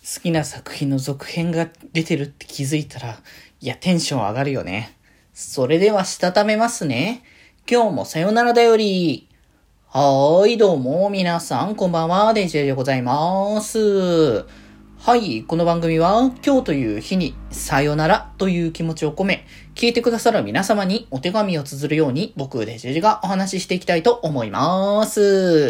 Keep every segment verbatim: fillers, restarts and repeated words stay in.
好きな作品の続編が出てるって気づいたら、いや、テンション上がるよね。それでは、したためますね。今日もさよならだより。はーい、どうも、皆さん、こんばんは、デジェでございます。はい、この番組は、今日という日に、さよならという気持ちを込め、聞いてくださる皆様にお手紙を綴るように、僕、デジェがお話ししていきたいと思います。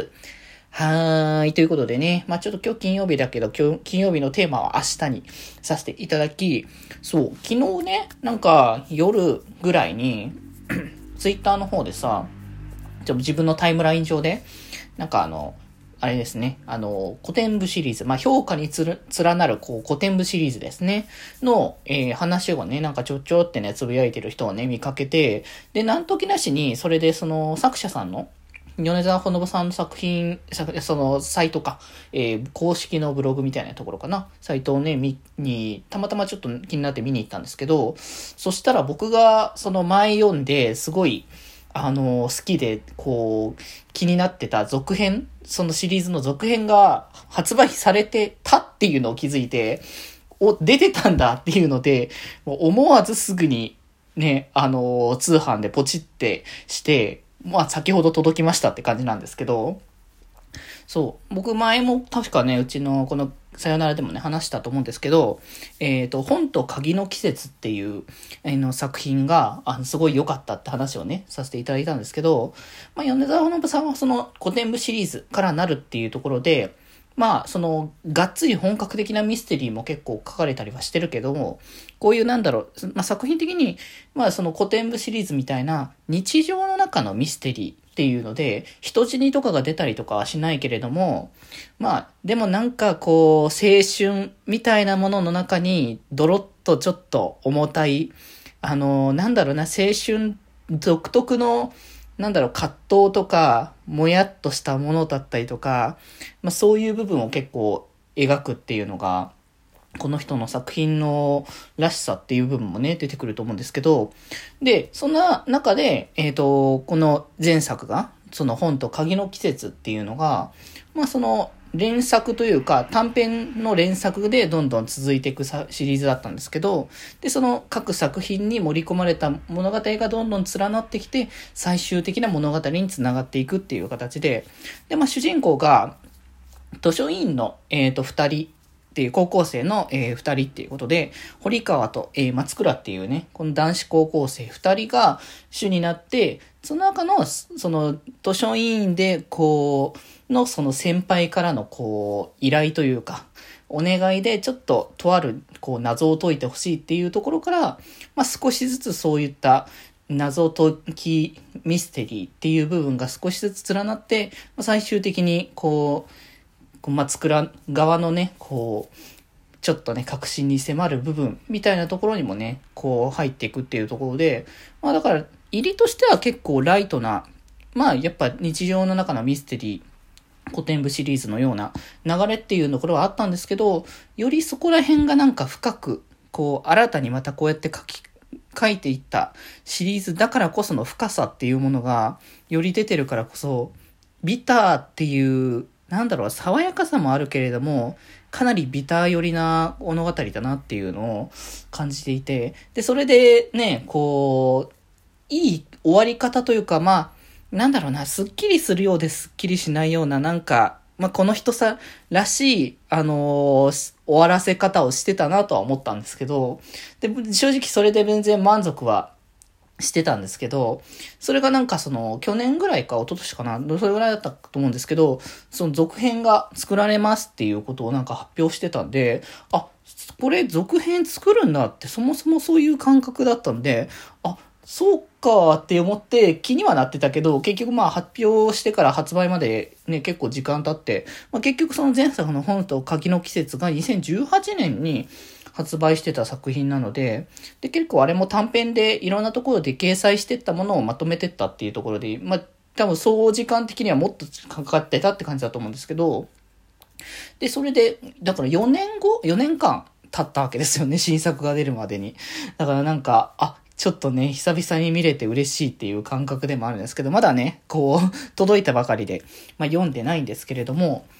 はーい。ということでね。まあちょっと今日金曜日だけど、今日、金曜日のテーマは明日にさせていただき、そう、昨日ね、なんか夜ぐらいに、ツイッターの方でさ、ちょっと自分のタイムライン上で、なんかあの、あれですね、あの、古典部シリーズ、まあ評価につる、連なる、こう、古典部シリーズですね、の、えー、話をね、なんかちょちょってね、つぶやいてる人をね、見かけて、で、なんときなしに、それでその、作者さんの、米沢ほのぶさんの作品、そのサイトか、えー、公式のブログみたいなところかな、サイトをね、見に、たまたまちょっと気になって見に行ったんですけど、そしたら僕がその前読んですごい、あのー、好きで、こう、気になってた続編、そのシリーズの続編が発売されてたっていうのを気づいて、お、出てたんだっていうので、もう思わずすぐにね、あのー、通販でポチってして、まあ先ほど届きましたって感じなんですけど、そう、僕前も確かね、うちのこのさよならでもね、話したと思うんですけど、えっと、本と鍵の季節っていう、えー、の作品が、あの、すごい良かったって話をね、させていただいたんですけど、まあ、米沢ほのぶさんはその古典部シリーズからなるっていうところで、まあ、その、がっつり本格的なミステリーも結構書かれたりはしてるけども、こういうなんだろう、まあ作品的に、まあその古典部シリーズみたいな日常の中のミステリーっていうので、人死にとかが出たりとかはしないけれども、まあ、でもなんかこう、青春みたいなものの中に、ドロッとちょっと重たい、あの、なんだろうな、青春独特の、なんだろう、葛藤とか、もやっとしたものだったりとか、まあそういう部分を結構描くっていうのが、この人の作品のらしさっていう部分もね、出てくると思うんですけど、で、そんな中で、えっと、この前作が、その本と鍵の季節っていうのが、まあその、連作というか短編の連作でどんどん続いていくシリーズだったんですけど、で、その各作品に盛り込まれた物語がどんどん連なってきて、最終的な物語につながっていくっていう形で、で、まあ主人公が図書委員の、えっと、二人、っていう高校生の、えー、二人っていうことで、堀川と、えー、松倉っていうね、この男子高校生二人が主になって、その中の、その、図書委員で、こう、の、その先輩からの、こう、依頼というか、お願いで、ちょっと、とある、こう、謎を解いてほしいっていうところから、まあ、少しずつそういった、謎解きミステリーっていう部分が少しずつ連なって、まあ、最終的に、こう、松倉側のね、こう、ちょっとね、確信に迫る部分みたいなところにもね、こう入っていくっていうところで、まあだから、入りとしては結構ライトな、まあやっぱ日常の中のミステリー、古典部シリーズのような流れっていうところはあったんですけど、よりそこら辺がなんか深く、こう、新たにまたこうやって書き、書いていったシリーズだからこその深さっていうものが、より出てるからこそ、ビターっていう、なんだろう、爽やかさもあるけれども、かなりビター寄りな物語だなっていうのを感じていて、で、それでね、こう、いい終わり方というか、まあ、なんだろうな、スッキリするようでスッキリしないような、なんか、まあ、この人さらしい、あのー、終わらせ方をしてたなとは思ったんですけど、で、正直それで全然満足はしてたんですけど、それがなんかその、去年ぐらいか一昨年かな、それぐらいだったと思うんですけど、その続編が作られますっていうことをなんか発表してたんで、あ、これ続編作るんだってそもそもそういう感覚だったんで、あ、そうかって思って気にはなってたけど、結局まあ発表してから発売までね、結構時間経って、まあ結局その前作の本と鍵の季節がにせんじゅうはちねんに発売してた作品なので、で、結構あれも短編でいろんなところで掲載してったものをまとめてったっていうところで、まあ、多分総時間的にはもっとかかってたって感じだと思うんですけど、で、それで、だからよねんご、よねんかん経ったわけですよね、新作が出るまでに。だからなんか、あ、ちょっとね、久々に見れて嬉しいっていう感覚でもあるんですけど、まだね、こう、届いたばかりで、まあ読んでないんですけれども、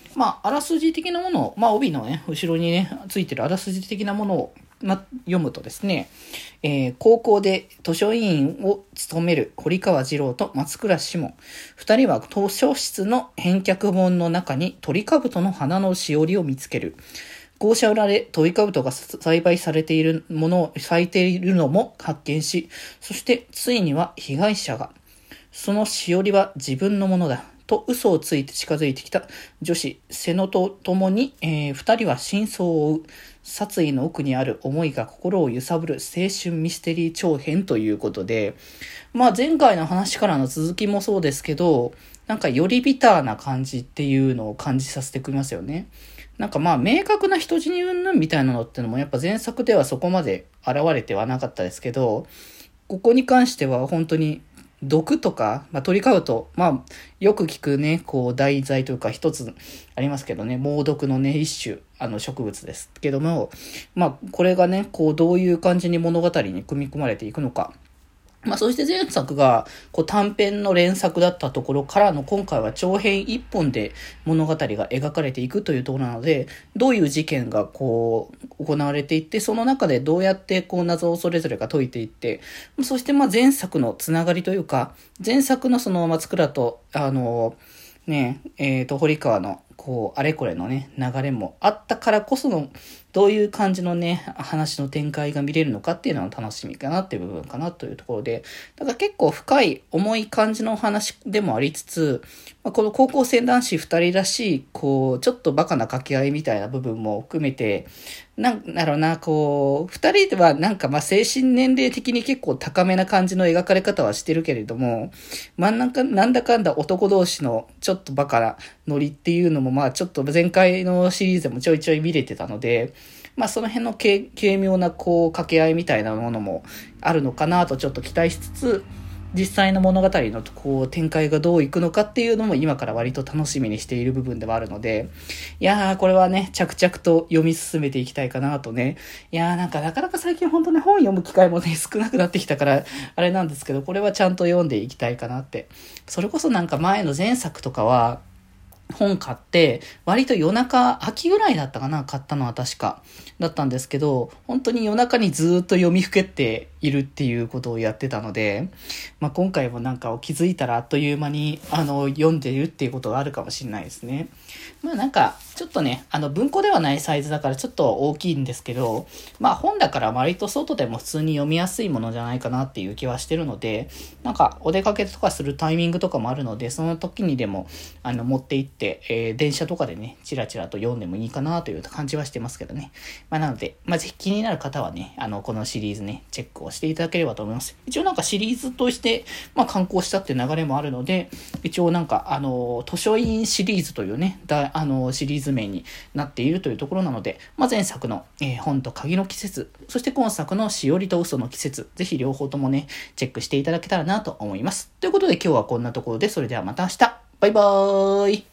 まあ、あらすじ的なものを、まあ、帯のね、後ろにね、ついてるあらすじ的なものを、ま、読むとですね、えー、高校で図書委員を務める堀川二郎と松倉志門。二人は図書室の返却本の中にトリカブトの花のしおりを見つける。校舎裏でトリカブトが栽培されているものを咲いているのも発見し、そしてついには被害者が、そのしおりは自分のものだ。と嘘をついて近づいてきた女子瀬野と共に、えー、二人は真相を追う。殺意の奥にある思いが心を揺さぶる青春ミステリー長編ということで、まあ前回の話からの続きもそうですけど、なんかよりビターな感じっていうのを感じさせてくれますよね。なんかまあ明確な人死に云々みたいなのってのもやっぱ前作ではそこまで現れてはなかったですけど、ここに関しては本当に毒とか、まあ、トリカブト、まあ、よく聞くね、こう、題材というか一つありますけどね、猛毒のね、一種、あの、植物ですけども、まあ、これがね、こう、どういう感じに物語に組み込まれていくのか。まあ、そして前作が、こう、短編の連作だったところからの、今回は長編一本で物語が描かれていくというところなので、どういう事件がこう、行われていって、その中でどうやってこう、謎をそれぞれが解いていって、そしてまあ、前作のつながりというか、前作のその松倉と、あの、ね、えっと、堀川の、こう、あれこれのね、流れもあったからこその、どういう感じのね、話の展開が見れるのかっていうのが楽しみかなっていう部分かなというところで、だから結構深い、重い感じのお話でもありつつ、まあ、この高校生男子二人らしい、こう、ちょっとバカな掛け合いみたいな部分も含めて、なんだろうな、こう、二人ではなんかまあ精神年齢的に結構高めな感じの描かれ方はしてるけれども、真ん中、なんだかんだ男同士のちょっとバカなノリっていうのもまあちょっと前回のシリーズでもちょいちょい見れてたので、まあその辺の軽妙なこう掛け合いみたいなものもあるのかなとちょっと期待しつつ、実際の物語のこう展開がどういくのかっていうのも今から割と楽しみにしている部分ではあるので、いやーこれはね、着々と読み進めていきたいかなとね。いやーなんかなかなか最近本当ね、本読む機会もね、少なくなってきたから、あれなんですけど、これはちゃんと読んでいきたいかなって。それこそなんか前の前作とかは、本買って、割と夜中、秋ぐらいだったかな、買ったのは確か。だったんですけど、本当に夜中にずーっと読みふけっているっていうことをやってたので、まあ今回もなんか気づいたらあっという間に、あの、読んでいるっていうことがあるかもしれないですね。まあなんか、ちょっとね、あの文庫ではないサイズだからちょっと大きいんですけど、まあ本だから割と外でも普通に読みやすいものじゃないかなっていう気はしてるので、なんかお出かけとかするタイミングとかもあるので、その時にでもあの持って行って、えー、電車とかでね、チラチラと読んでもいいかなという感じはしてますけどね。まあなので、まあぜひ気になる方はね、あのこのシリーズね、チェックをしていただければと思います。一応なんかシリーズとして、まあ刊行したっていう流れもあるので、一応なんかあの、図書院シリーズというね、だあのシリーズ名になっているというところなので、まあ、前作の、えー、本と鍵の季節、そして今作のしおりと嘘の季節、ぜひ両方ともね、チェックしていただけたらなと思います。ということで今日はこんなところで、それではまた明日。バイバーイ。